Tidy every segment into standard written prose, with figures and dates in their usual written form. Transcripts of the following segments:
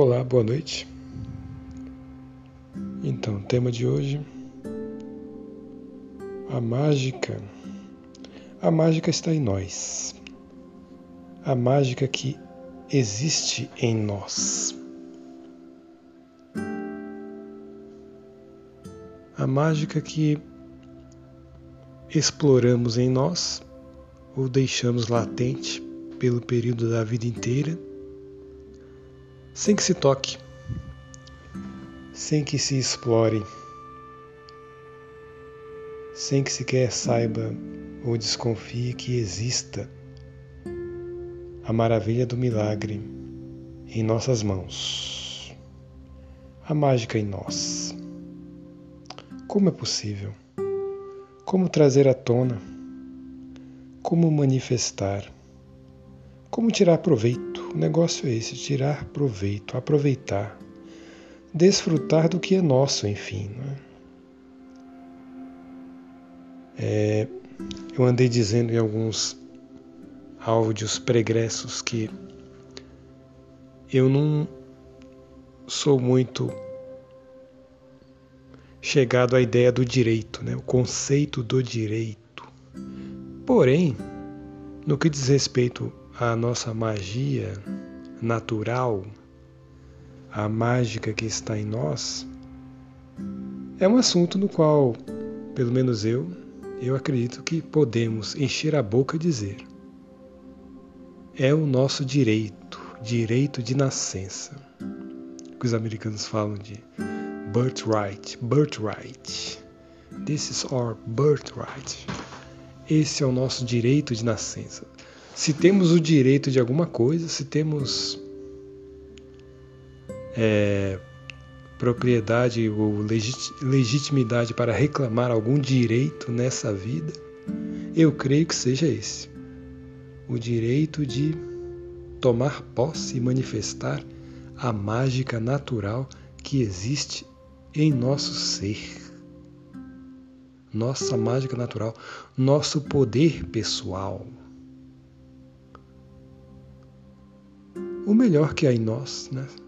Olá, boa noite. Então, o tema de hoje, a mágica. A mágica está em nós. A mágica que existe em nós. A mágica que exploramos em nós ou deixamos latente pelo período da vida inteira, sem que se toque, sem que se explore, sem que sequer saiba ou desconfie que exista a maravilha do milagre em nossas mãos. A mágica em nós. Como é possível? Como trazer à tona? Como manifestar? Como tirar proveito? O negócio é esse, tirar proveito, aproveitar, desfrutar do que é nosso, enfim. Eu andei dizendo em alguns áudios pregressos que eu não sou muito chegado à ideia do direito, o conceito do direito. Porém, no que diz respeito à nossa magia natural, a mágica que está em nós, é um assunto no qual, pelo menos eu acredito que podemos encher a boca e dizer: é o nosso direito de nascença. Que os americanos falam de birthright. This is our birthright. Esse é o nosso direito de nascença. Se temos o direito de alguma coisa, se temos propriedade ou legitimidade para reclamar algum direito nessa vida, eu creio que seja esse. O direito de tomar posse e manifestar a mágica natural que existe em nosso ser. Nossa mágica natural, nosso poder pessoal. O melhor que há em nós,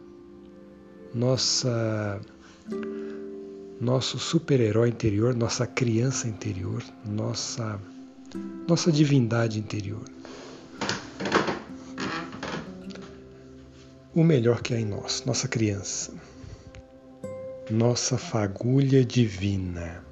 nosso super-herói interior, nossa criança interior, nossa divindade interior. O melhor que há em nós, nossa criança, nossa fagulha divina.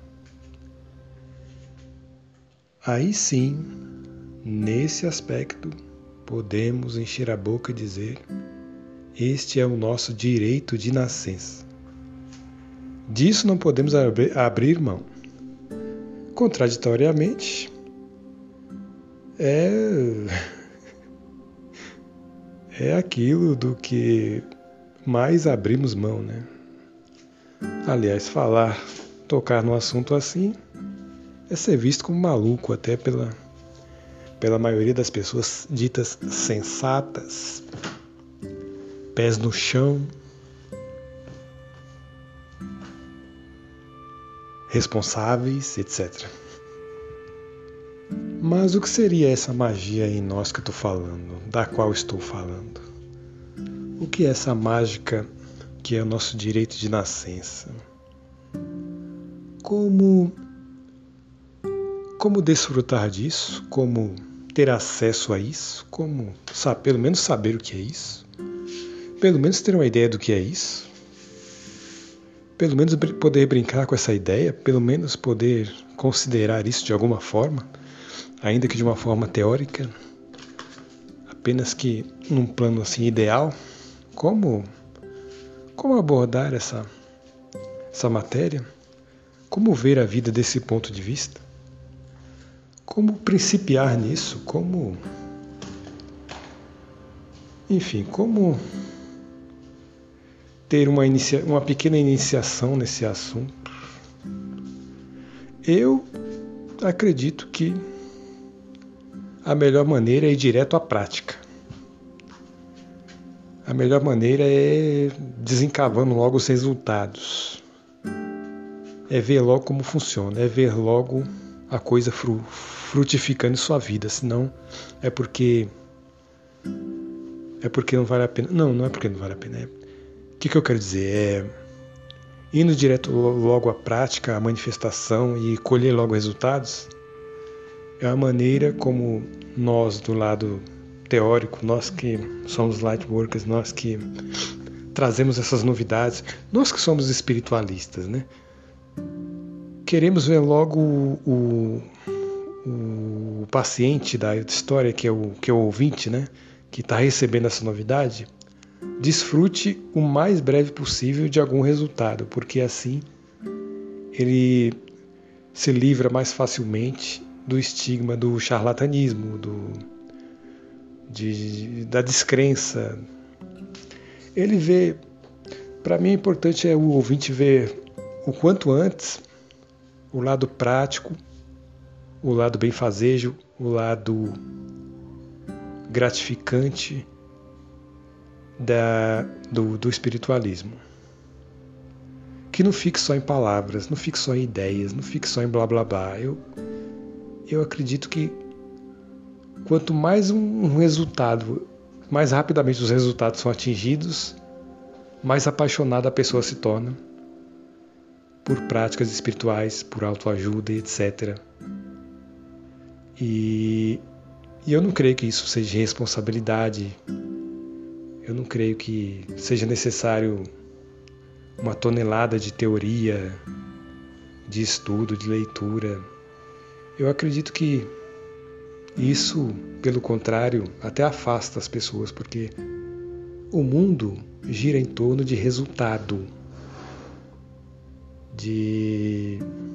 Aí sim, nesse aspecto, podemos encher a boca e dizer: este é o nosso direito de nascença. Disso não podemos abrir mão. Contraditoriamente, é aquilo do que mais abrimos mão, Aliás, tocar no assunto assim, é ser visto como maluco até pela maioria das pessoas ditas sensatas, pés no chão, responsáveis, etc. Mas o que seria essa magia em nós que eu estou falando, da qual estou falando? O que é essa mágica que é o nosso direito de nascença? Como desfrutar disso? Como ter acesso a isso? Como pelo menos saber o que é isso? Pelo menos ter uma ideia do que é isso? Pelo menos poder brincar com essa ideia? Pelo menos poder considerar isso de alguma forma? Ainda que de uma forma teórica? Apenas que num plano assim ideal? Como abordar essa matéria? Como ver a vida desse ponto de vista? Como principiar nisso? Como ter uma pequena iniciação nesse assunto? Eu acredito que a melhor maneira é ir direto à prática. A melhor maneira é desencavando logo os resultados. É ver logo como funciona, é ver logo a coisa frutificando em sua vida. Senão é porque não vale a pena. Não é porque não vale a pena. que eu quero dizer? Indo direto logo à prática, à manifestação e colher logo resultados, é a maneira como nós, do lado teórico, nós que somos lightworkers, nós que trazemos essas novidades, nós que somos espiritualistas, né? Queremos ver logo o paciente da história, que é o ouvinte, né? Que está recebendo essa novidade, desfrute o mais breve possível de algum resultado, porque assim ele se livra mais facilmente do estigma do charlatanismo, da descrença. Ele vê, para mim, o importante é o ouvinte ver o quanto antes o lado prático, o lado benfazejo, o lado gratificante do espiritualismo. Que não fique só em palavras, não fique só em ideias, não fique só em blá blá blá. Eu acredito que quanto mais um resultado, mais rapidamente os resultados são atingidos, mais apaixonada a pessoa se torna por práticas espirituais, por autoajuda, etc. E eu não creio que isso seja responsabilidade. Eu não creio que seja necessário uma tonelada de teoria, de estudo, de leitura. Eu acredito que isso, pelo contrário, até afasta as pessoas, porque o mundo gira em torno de resultado, de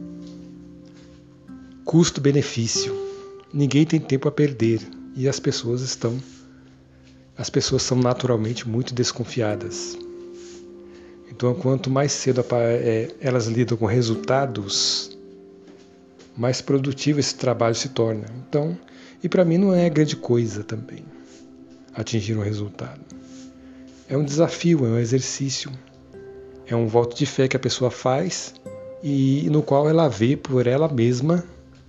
custo-benefício. Ninguém tem tempo a perder e as pessoas são naturalmente muito desconfiadas. Então, quanto mais cedo elas lidam com resultados, mais produtivo esse trabalho se torna. Então, e para mim não é grande coisa também atingir um resultado. É um desafio, é um exercício, é um voto de fé que a pessoa faz e no qual ela vê por ela mesma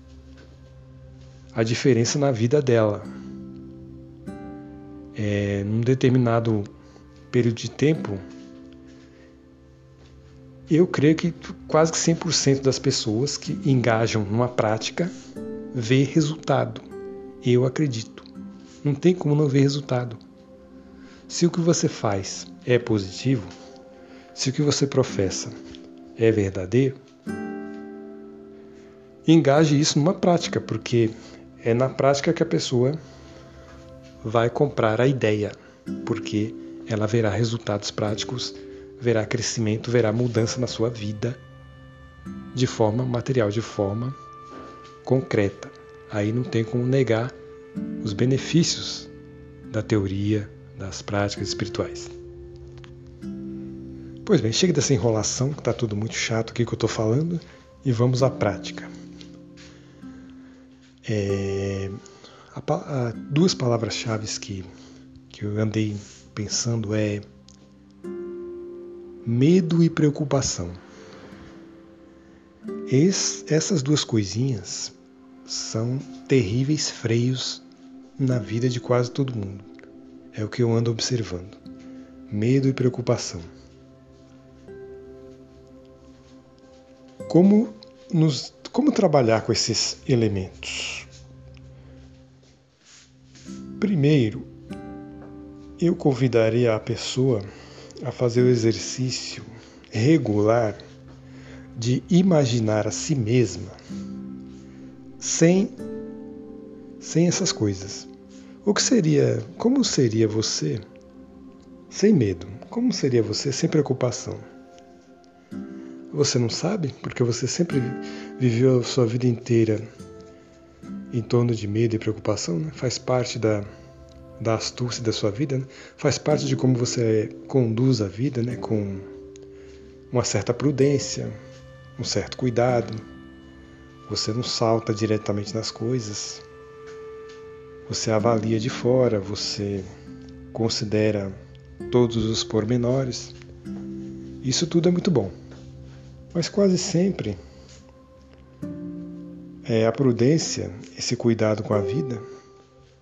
a diferença na vida dela. Num determinado período de tempo, eu creio que quase que 100% das pessoas que engajam numa prática vê resultado. Eu acredito. Não tem como não ver resultado. Se o que você faz é positivo, se o que você professa é verdadeiro, engaje isso numa prática, porque é na prática que a pessoa vai comprar a ideia, porque ela verá resultados práticos, verá crescimento, verá mudança na sua vida de forma material, de forma concreta. Aí não tem como negar os benefícios da teoria, das práticas espirituais. Pois bem, chega dessa enrolação, que está tudo muito chato aqui que eu estou falando, e vamos à prática. Duas palavras-chave que eu andei pensando é medo e preocupação. Essas duas coisinhas são terríveis freios na vida de quase todo mundo. É o que eu ando observando. Medo e preocupação. Como trabalhar com esses elementos? Primeiro, eu convidaria a pessoa a fazer o exercício regular de imaginar a si mesma sem essas coisas. Como seria você sem medo? Como seria você sem preocupação? Você não sabe? Porque você sempre viveu a sua vida inteira em torno de medo e preocupação, né? Faz parte da astúcia da sua vida, né? Faz parte de como você conduz a vida, né? Com uma certa prudência, um certo cuidado. Você não salta diretamente nas coisas. Você avalia de fora, você considera todos os pormenores. Isso tudo é muito bom. Mas quase sempre a prudência, esse cuidado com a vida,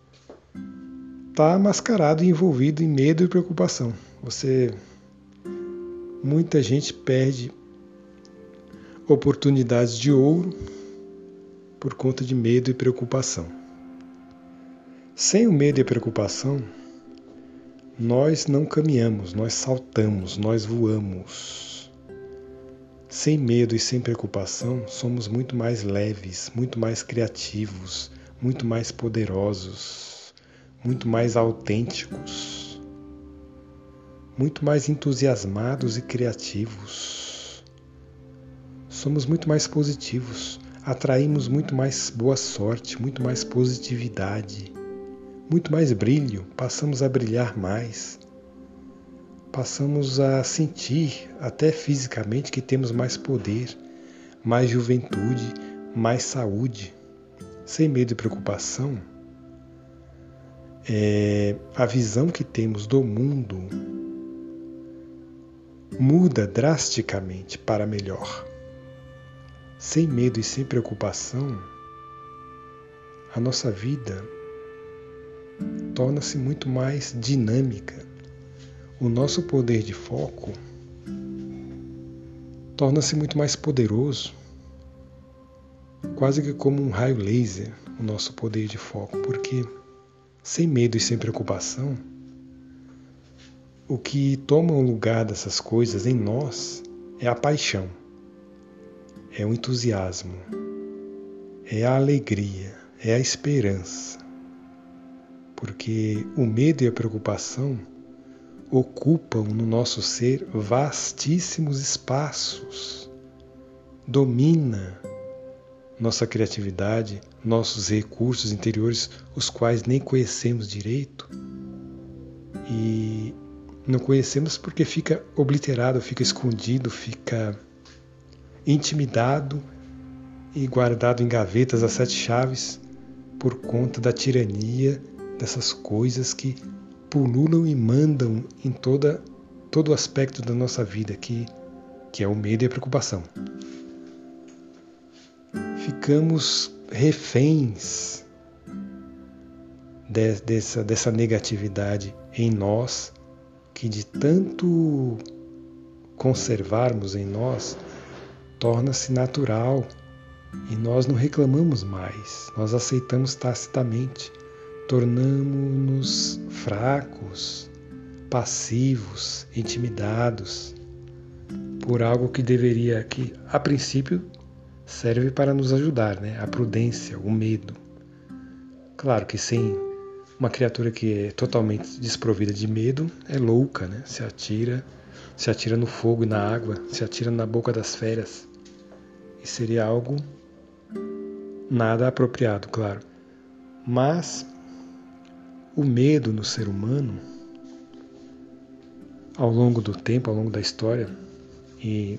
está mascarado e envolvido em medo e preocupação. Você muita gente perde oportunidades de ouro por conta de medo e preocupação. Sem o medo e a preocupação, nós não caminhamos, nós saltamos, nós voamos. Sem medo e sem preocupação, somos muito mais leves, muito mais criativos, muito mais poderosos, muito mais autênticos, muito mais entusiasmados e criativos. Somos muito mais positivos, atraímos muito mais boa sorte, muito mais positividade, muito mais brilho, passamos a brilhar mais, passamos a sentir até fisicamente que temos mais poder, mais juventude, mais saúde. Sem medo e preocupação, a visão que temos do mundo muda drasticamente para melhor. Sem medo e sem preocupação, a nossa vida torna-se muito mais dinâmica. O nosso poder de foco torna-se muito mais poderoso, quase que como um raio laser, o nosso poder de foco, porque sem medo e sem preocupação, o que toma o lugar dessas coisas em nós é a paixão, é o entusiasmo, é a alegria, é a esperança. Porque o medo e a preocupação ocupam no nosso ser vastíssimos espaços, domina nossa criatividade, nossos recursos interiores, os quais nem conhecemos direito, e não conhecemos porque fica obliterado, fica escondido, fica intimidado e guardado em gavetas a 7 chaves por conta da tirania dessas coisas que pululam e mandam em todo o aspecto da nossa vida, que é o medo e a preocupação. Ficamos reféns dessa negatividade em nós, que de tanto conservarmos em nós, torna-se natural e nós não reclamamos mais, nós aceitamos tacitamente, tornamo-nos fracos, passivos, intimidados por algo que deveria, que a princípio serve para nos ajudar, né? A prudência, o medo. Claro que sem uma criatura que é totalmente desprovida de medo é louca, né? Se atira no fogo e na água, se atira na boca das feras. E seria algo nada apropriado, claro. Mas o medo no ser humano, ao longo do tempo, ao longo da história, e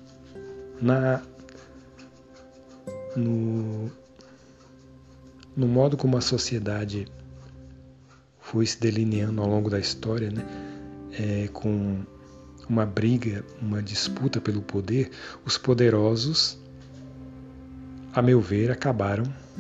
no modo como a sociedade foi se delineando ao longo da história, né, com uma briga, uma disputa pelo poder, os poderosos, a meu ver, acabaram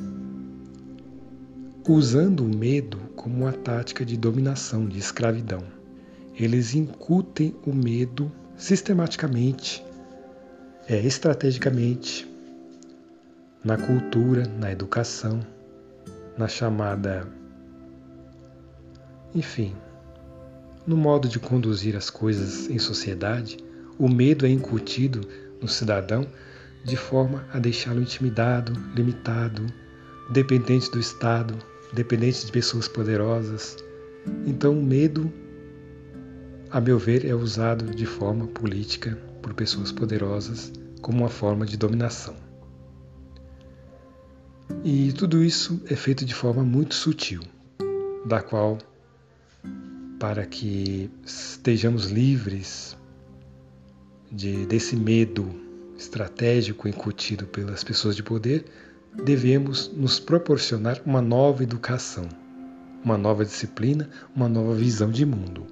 usando o medo como uma tática de dominação, de escravidão. Eles incutem o medo sistematicamente, estrategicamente, na cultura, na educação, na chamada, enfim, no modo de conduzir as coisas em sociedade. O medo é incutido no cidadão de forma a deixá-lo intimidado, limitado, dependente do Estado, dependente de pessoas poderosas. Então o medo, a meu ver, é usado de forma política por pessoas poderosas como uma forma de dominação. E tudo isso é feito de forma muito sutil, da qual, para que estejamos livres desse medo estratégico incutido pelas pessoas de poder, devemos nos proporcionar uma nova educação, uma nova disciplina, uma nova visão de mundo.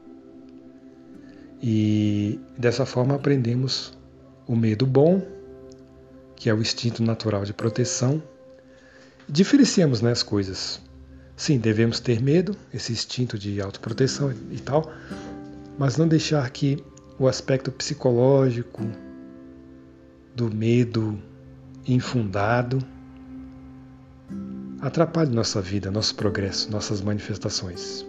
E dessa forma aprendemos o medo bom, que é o instinto natural de proteção. Diferenciamos, né, as coisas. Sim, devemos ter medo, esse instinto de autoproteção e tal, mas não deixar que o aspecto psicológico do medo infundado atrapalhe nossa vida, nosso progresso, nossas manifestações.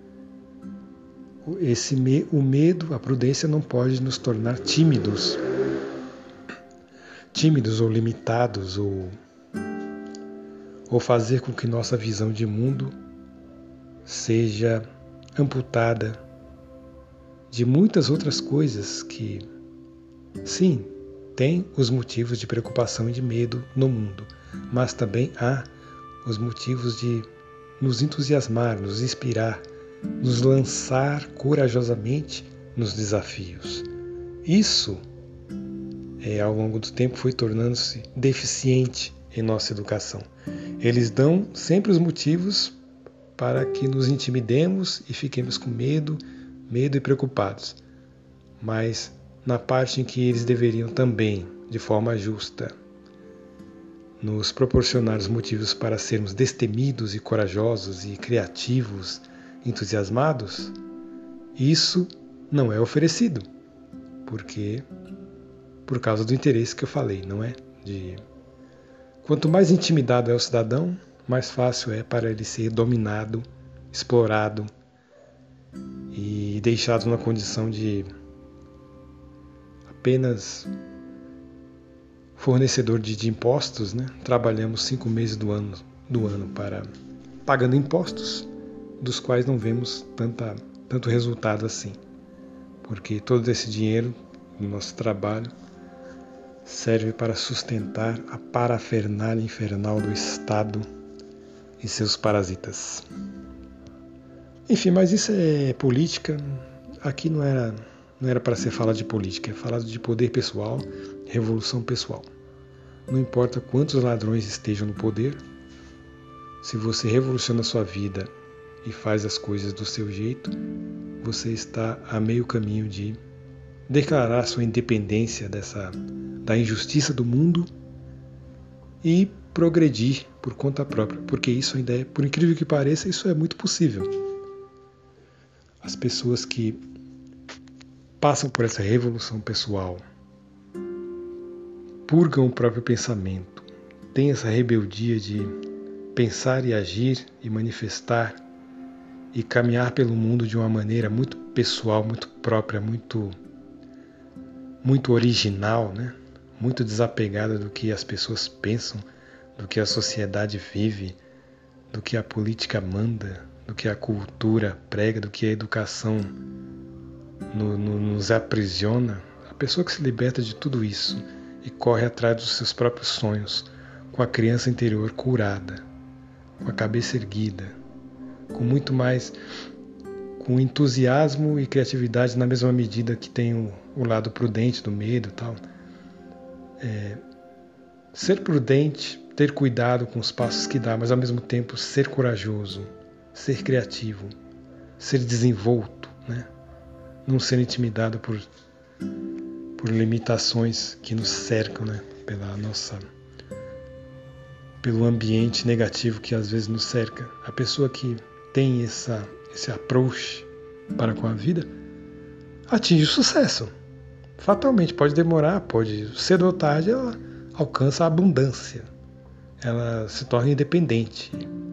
O medo, a prudência não pode nos tornar tímidos ou limitados, ou fazer com que nossa visão de mundo seja amputada de muitas outras coisas que, sim, tem os motivos de preocupação e de medo no mundo, mas também há os motivos de nos entusiasmar, nos inspirar, nos lançar corajosamente nos desafios. Isso, ao longo do tempo, foi tornando-se deficiente em nossa educação. Eles dão sempre os motivos para que nos intimidemos e fiquemos com medo e preocupados. Mas na parte em que eles deveriam também, de forma justa, nos proporcionar os motivos para sermos destemidos e corajosos e criativos, entusiasmados, isso não é oferecido, porque por causa do interesse que eu falei, não é? Quanto mais intimidado é o cidadão, mais fácil é para ele ser dominado, explorado e deixado na condição de apenas fornecedor de impostos, né? Trabalhamos 5 meses do ano para pagando impostos, dos quais não vemos tanto resultado assim, porque todo esse dinheiro do nosso trabalho serve para sustentar a parafernália infernal do Estado e seus parasitas. Enfim, mas isso é política. Aqui não era para ser falado de política, é falado de poder pessoal, revolução pessoal. Não importa quantos ladrões estejam no poder, se você revoluciona a sua vida e faz as coisas do seu jeito, você está a meio caminho de declarar sua independência da injustiça do mundo e progredir por conta própria, porque isso ainda é, por incrível que pareça, isso é muito possível. As pessoas que passam por essa revolução pessoal, purgam o próprio pensamento, têm essa rebeldia de pensar e agir e manifestar e caminhar pelo mundo de uma maneira muito pessoal, muito própria, muito original, né? Muito desapegada do que as pessoas pensam, do que a sociedade vive, do que a política manda, do que a cultura prega, do que a educação nos aprisiona. A pessoa que se liberta de tudo isso e corre atrás dos seus próprios sonhos, com a criança interior curada, com a cabeça erguida, com muito mais, com entusiasmo e criatividade na mesma medida que tem o lado prudente do medo e tal. Ser prudente, ter cuidado com os passos que dá, mas ao mesmo tempo ser corajoso, ser criativo, ser desenvolto, né? Não ser intimidado por limitações que nos cercam, né? Pelo ambiente negativo que às vezes nos cerca. A pessoa que tem esse approach para com a vida atinge o sucesso. Fatalmente, pode demorar, cedo ou tarde ela alcança a abundância. Ela se torna independente.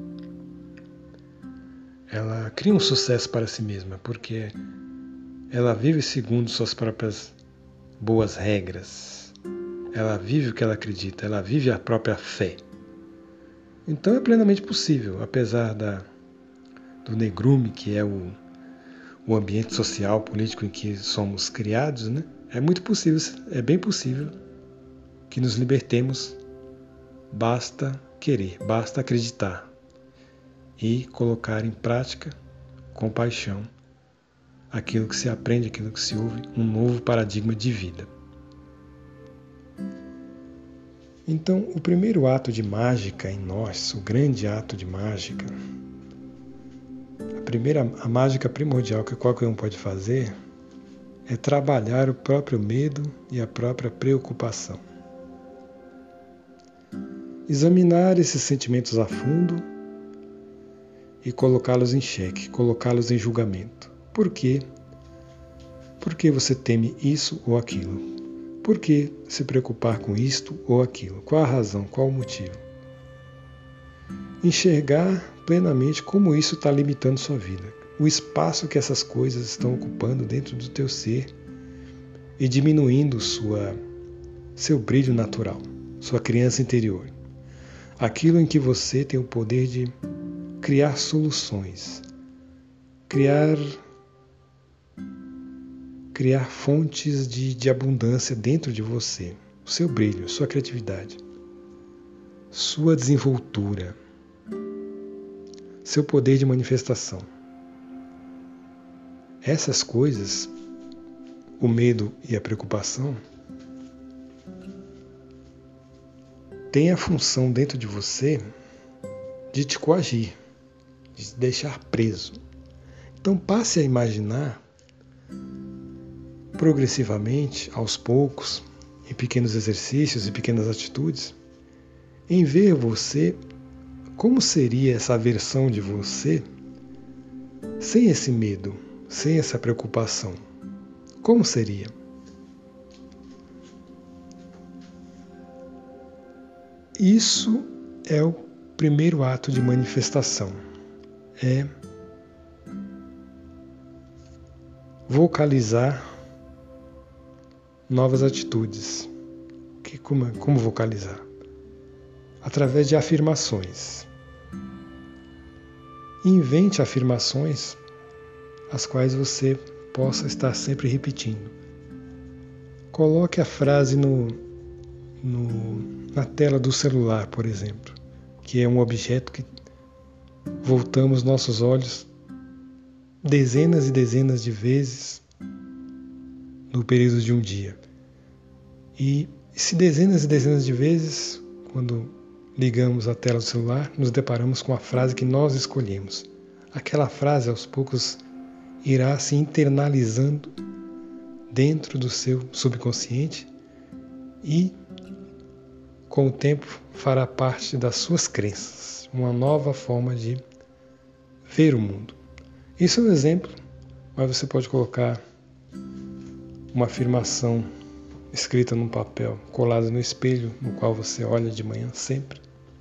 Ela cria um sucesso para si mesma, porque ela vive segundo suas próprias boas regras. Ela vive o que ela acredita, ela vive a própria fé. Então é plenamente possível, apesar do negrume que é o ambiente social, político em que somos criados, né? É muito possível, é bem possível que nos libertemos. Basta querer, basta acreditar e colocar em prática, com paixão, aquilo que se aprende, aquilo que se ouve, um novo paradigma de vida. Então, o primeiro ato de mágica em nós, o grande ato de mágica, a mágica primordial que qualquer um pode fazer é trabalhar o próprio medo e a própria preocupação. Examinar esses sentimentos a fundo e colocá-los em xeque, colocá-los em julgamento. Por quê? Por que você teme isso ou aquilo? Por que se preocupar com isto ou aquilo? Qual a razão? Qual o motivo? Enxergar plenamente como isso está limitando sua vida. O espaço que essas coisas estão ocupando dentro do teu ser e diminuindo seu brilho natural, sua criança interior. Aquilo em que você tem o poder de criar soluções, criar fontes de abundância dentro de você, o seu brilho, sua criatividade, sua desenvoltura, seu poder de manifestação. Essas coisas, o medo e a preocupação, têm a função dentro de você de te coagir, de te deixar preso. Então passe a imaginar progressivamente, aos poucos, em pequenos exercícios e pequenas atitudes, em ver você, como seria essa versão de você sem esse medo, sem essa preocupação. Como seria? Isso é o primeiro ato de manifestação. É vocalizar novas atitudes. Como vocalizar? Através de afirmações. Invente afirmações as quais você possa estar sempre repetindo. Coloque a frase na tela do celular, por exemplo, que é um objeto que voltamos nossos olhos dezenas e dezenas de vezes no período de um dia. E se dezenas e dezenas de vezes, quando ligamos a tela do celular, nos deparamos com a frase que nós escolhemos. Aquela frase, aos poucos, irá se internalizando dentro do seu subconsciente e, com o tempo, fará parte das suas crenças, uma nova forma de ver o mundo. Isso é um exemplo, mas você pode colocar uma afirmação escrita num papel, colada no espelho, no qual você olha de manhã sempre.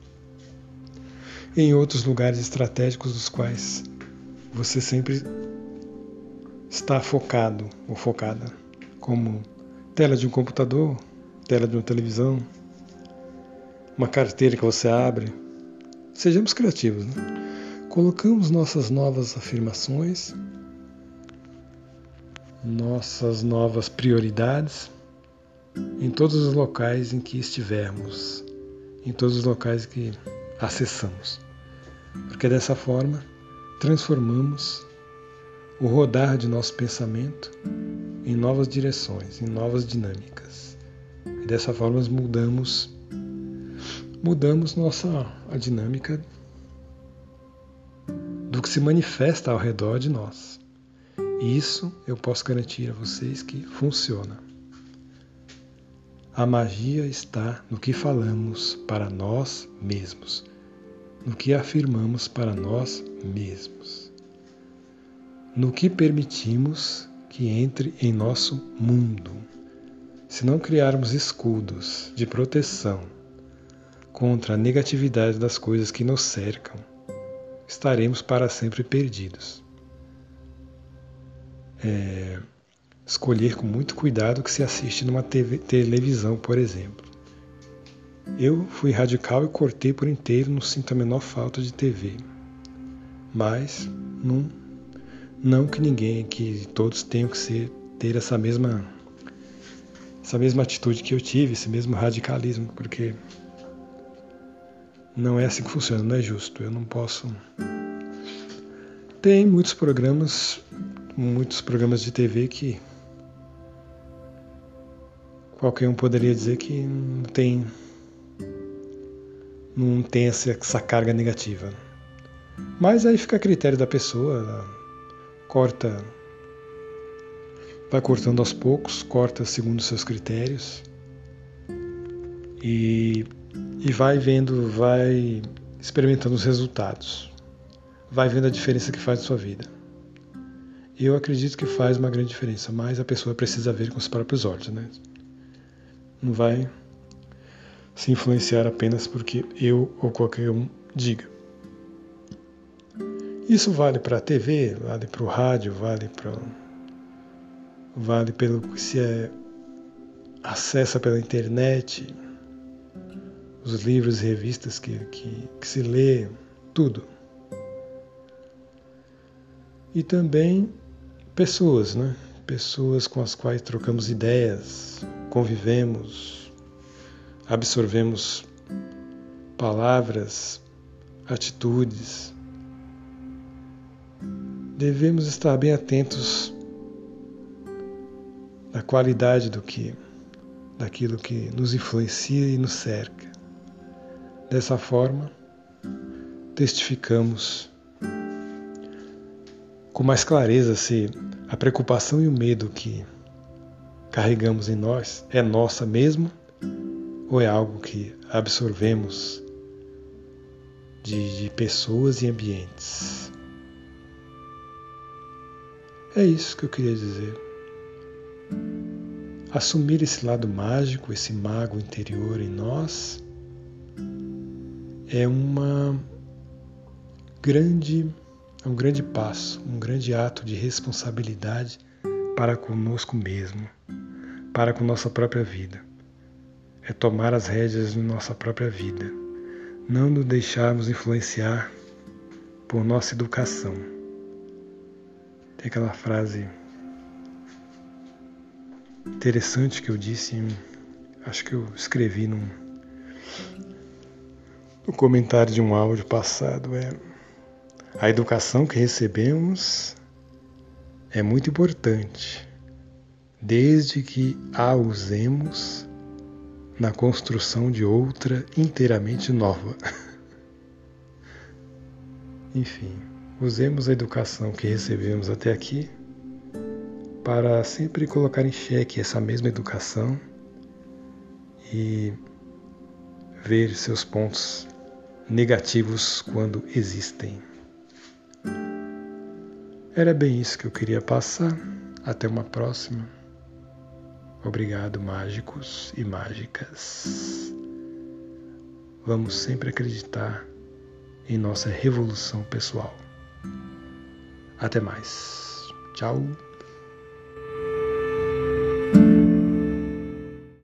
E em outros lugares estratégicos dos quais você sempre está focado ou focada, como tela de um computador, tela de uma televisão, uma carteira que você abre. Sejamos criativos, né? Colocamos nossas novas afirmações, nossas novas prioridades em todos os locais em que estivermos, em todos os locais que acessamos. Porque dessa forma transformamos o rodar de nosso pensamento em novas direções, em novas dinâmicas. E dessa forma mudamos a dinâmica do que se manifesta ao redor de nós. E isso eu posso garantir a vocês que funciona. A magia está no que falamos para nós mesmos, no que afirmamos para nós mesmos, no que permitimos que entre em nosso mundo. Se não criarmos escudos de proteção contra a negatividade das coisas que nos cercam, estaremos para sempre perdidos. Escolher com muito cuidado o que se assiste numa televisão, por exemplo. Eu fui radical e cortei por inteiro, não sinto a menor falta de TV. Mas não que todos tenham que ter essa mesma atitude que eu tive, esse mesmo radicalismo, porque não é assim que funciona, não é justo. Eu não posso. Tem muitos programas de TV que qualquer um poderia dizer que não tem essa carga negativa. Mas aí fica a critério da pessoa, vai cortando aos poucos, corta segundo os seus critérios e vai experimentando os resultados, vai vendo a diferença que faz na sua vida. eu acredito que faz uma grande diferença, mas a pessoa precisa ver com os próprios olhos, né? Não vai se influenciar apenas porque eu ou qualquer um diga. Isso vale para a TV, vale para o rádio, vale pelo que se acessa pela internet, os livros e revistas que se lê, tudo. E também pessoas, né? Pessoas com as quais trocamos ideias, convivemos, absorvemos palavras, atitudes. Devemos estar bem atentos à qualidade daquilo que nos influencia e nos cerca. Dessa forma, testificamos com mais clareza se a preocupação e o medo que carregamos em nós é nossa mesmo ou é algo que absorvemos de pessoas e ambientes. É isso que eu queria dizer. Assumir esse lado mágico, esse mago interior em nós, é um grande passo, um grande ato de responsabilidade para conosco mesmo, para com nossa própria vida. É tomar as rédeas de nossa própria vida, não nos deixarmos influenciar por nossa educação. Tem aquela frase interessante que eu disse, acho que eu escrevi no comentário de um áudio passado, a educação que recebemos é muito importante, desde que a usemos na construção de outra inteiramente nova. Enfim, usemos a educação que recebemos até aqui para sempre colocar em xeque essa mesma educação e ver seus pontos negativos quando existem. Era bem isso que eu queria passar. Até uma próxima. Obrigado, mágicos e mágicas. Vamos sempre acreditar em nossa revolução pessoal. Até mais. Tchau.